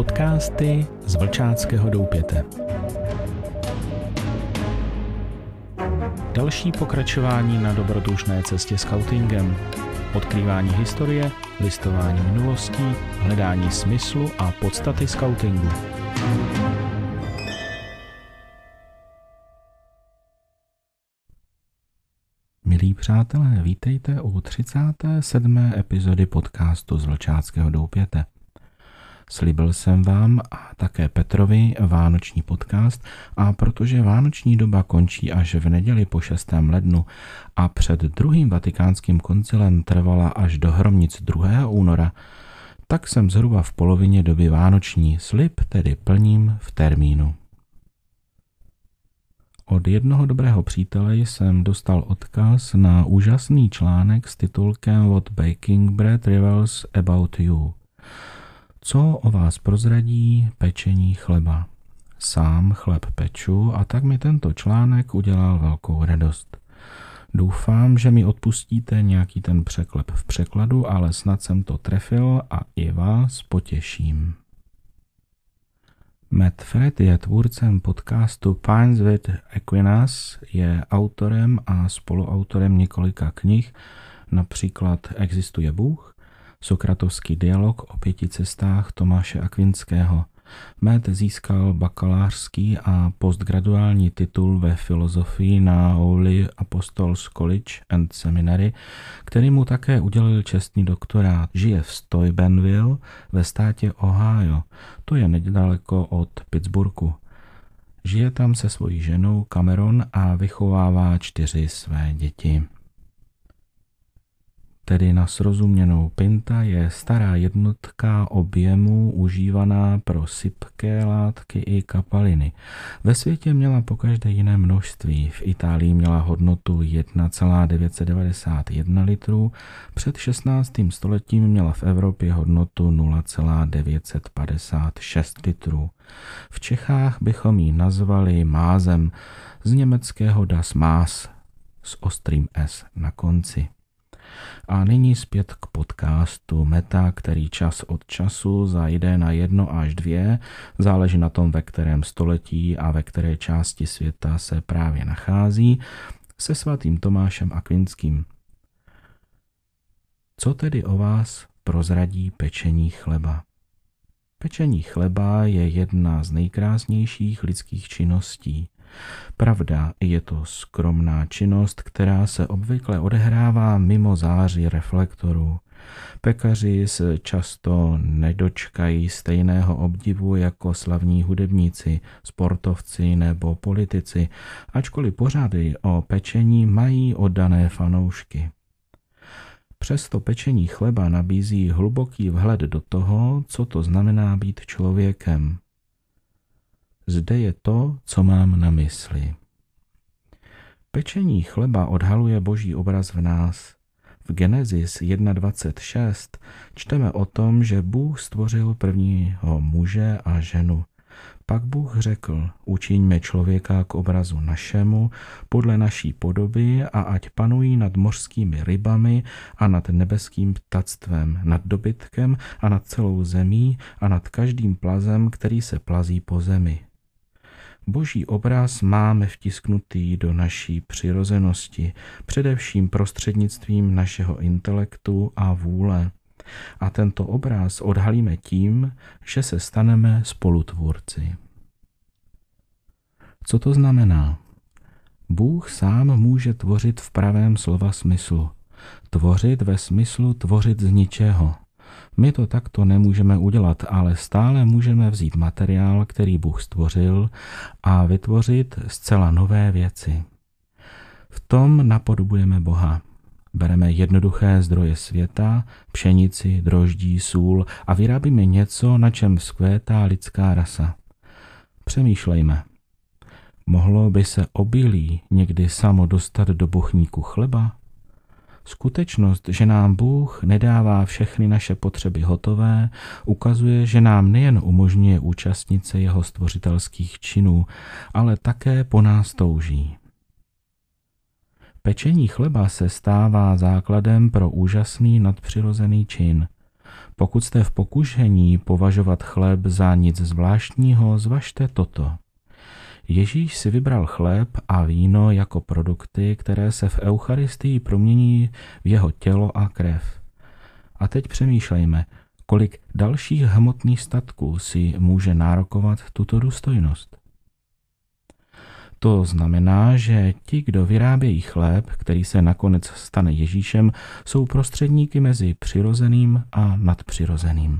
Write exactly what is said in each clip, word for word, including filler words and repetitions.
Podcasty z Vlčáckého doupěte. Další pokračování na dobrodružné cestě skautingem. Odkrývání historie, listování minulostí, hledání smyslu a podstaty skautingu. Milí přátelé, vítejte u třicáté sedmé epizody podcastu z Vlčáckého doupěte. Slíbil jsem vám a také Petrovi vánoční podcast, a protože vánoční doba končí až v neděli po šestém lednu a před druhým vatikánským koncilem trvala až do hromnic druhého února, tak jsem zhruba v polovině doby vánoční, slib tedy plním v termínu. Od jednoho dobrého přítele jsem dostal odkaz na úžasný článek s titulkem What Baking Bread Reveals About You. Co o vás prozradí pečení chleba? Sám chleb peču a tak mi tento článek udělal velkou radost. Doufám, že mi odpustíte nějaký ten překlep v překladu, ale snad jsem to trefil a i vás potěším. Matt Fred je tvůrcem podcastu Pines with Aquinas, je autorem a spoluautorem několika knih, například Existuje Bůh, Sokratovský dialog o pěti cestách Tomáše Akvinského. Matt získal bakalářský a postgraduální titul ve filozofii na Holy Apostles College and Seminary, který mu také udělil čestný doktorát. Žije v Steubenville ve státě Ohio, to je nedaleko od Pittsburghu. Žije tam se svojí ženou Cameron a vychovává čtyři své děti. Tedy na srozuměnou, pinta je stará jednotka objemu užívaná pro sypké látky i kapaliny. Ve světě měla pokaždé jiné množství. V Itálii měla hodnotu jedna celá devět set devadesát jedna litrů, před šestnáctým stoletím měla v Evropě hodnotu nula celá devět set padesát šest litrů. V Čechách bychom ji nazvali mázem, z německého das Maß s ostrým S na konci. A nyní zpět k podcastu Meta, který čas od času zajde na jedno až dvě, záleží na tom, ve kterém století a ve které části světa se právě nachází, se svatým Tomášem Akvinským. Co tedy o vás prozradí pečení chleba? Pečení chleba je jedna z nejkrásnějších lidských činností. Pravda, je to skromná činnost, která se obvykle odehrává mimo září reflektorů. Pekaři se často nedočkají stejného obdivu jako slavní hudebníci, sportovci nebo politici, ačkoliv pořady o pečení mají oddané fanoušky. Přesto pečení chleba nabízí hluboký vhled do toho, co to znamená být člověkem. Zde je to, co mám na mysli. Pečení chleba odhaluje Boží obraz v nás. V Genesis jedna dvacet šest čteme o tom, že Bůh stvořil prvního muže a ženu. Pak Bůh řekl, učiňme člověka k obrazu našemu, podle naší podoby, a ať panují nad mořskými rybami a nad nebeským ptactvem, nad dobytkem a nad celou zemí a nad každým plazem, který se plazí po zemi. Boží obraz máme vtisknutý do naší přirozenosti, především prostřednictvím našeho intelektu a vůle. A tento obraz odhalíme tím, že se staneme spolutvůrci. Co to znamená? Bůh sám může tvořit v pravém slova smyslu. Tvořit ve smyslu tvořit z ničeho. My to takto nemůžeme udělat, ale stále můžeme vzít materiál, který Bůh stvořil, a vytvořit zcela nové věci. V tom napodobujeme Boha. Bereme jednoduché zdroje světa, pšenici, droždí, sůl a vyrábíme něco, na čem vzkvétá lidská rasa. Přemýšlejme. Mohlo by se obilí někdy samo dostat do bochníku chleba? Skutečnost, že nám Bůh nedává všechny naše potřeby hotové, ukazuje, že nám nejen umožňuje účastnit se jeho stvořitelských činů, ale také po nás touží. Pečení chleba se stává základem pro úžasný nadpřirozený čin. Pokud jste v pokušení považovat chléb za nic zvláštního, zvažte toto. Ježíš si vybral chléb a víno jako produkty, které se v Eucharistii promění v jeho tělo a krev. A teď přemýšlejme, kolik dalších hmotných statků si může nárokovat tuto důstojnost. To znamená, že ti, kdo vyrábějí chléb, který se nakonec stane Ježíšem, jsou prostředníky mezi přirozeným a nadpřirozeným.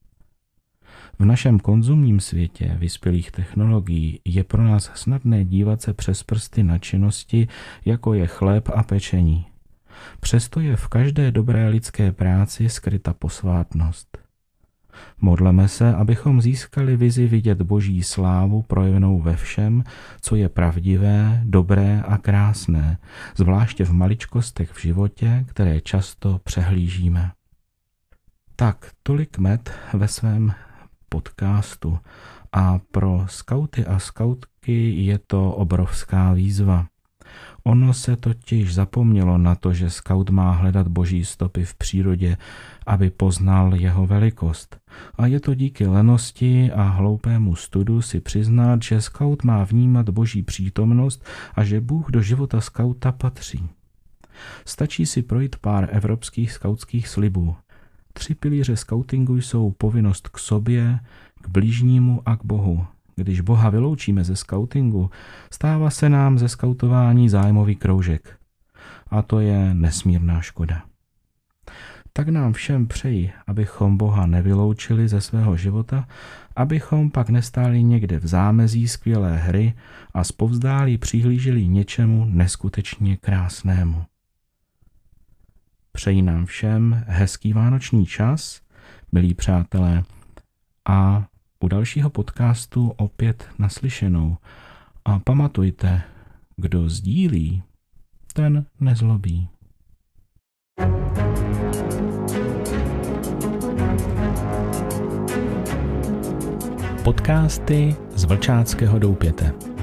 V našem konzumním světě vyspělých technologií je pro nás snadné dívat se přes prsty na činnosti, jako je chléb a pečení. Přesto je v každé dobré lidské práci skryta posvátnost. Modleme se, abychom získali vizi vidět Boží slávu projevenou ve všem, co je pravdivé, dobré a krásné, zvláště v maličkostech v životě, které často přehlížíme. Tak, tolik Matt ve svém podcastu. A pro skauty a skautky je to obrovská výzva. Ono se totiž zapomnělo na to, že skaut má hledat Boží stopy v přírodě, aby poznal jeho velikost. A je to díky lenosti a hloupému studu si přiznat, že skaut má vnímat Boží přítomnost a že Bůh do života skauta patří. Stačí si projít pár evropských skautských slibů. Tři pilíře skautingu jsou povinnost k sobě, k bližnímu a k Bohu. Když Boha vyloučíme ze skautingu, stává se nám ze skautování zájmový kroužek. A to je nesmírná škoda. Tak nám všem přeji, abychom Boha nevyloučili ze svého života, abychom pak nestáli někde v zámezí skvělé hry a zpovzdálí přihlíželi něčemu neskutečně krásnému. Přeji nám všem hezký vánoční čas, milí přátelé, a u dalšího podcastu opět naslyšenou. A pamatujte, kdo sdílí, ten nezlobí. Podcasty z Vlčáckého doupěte.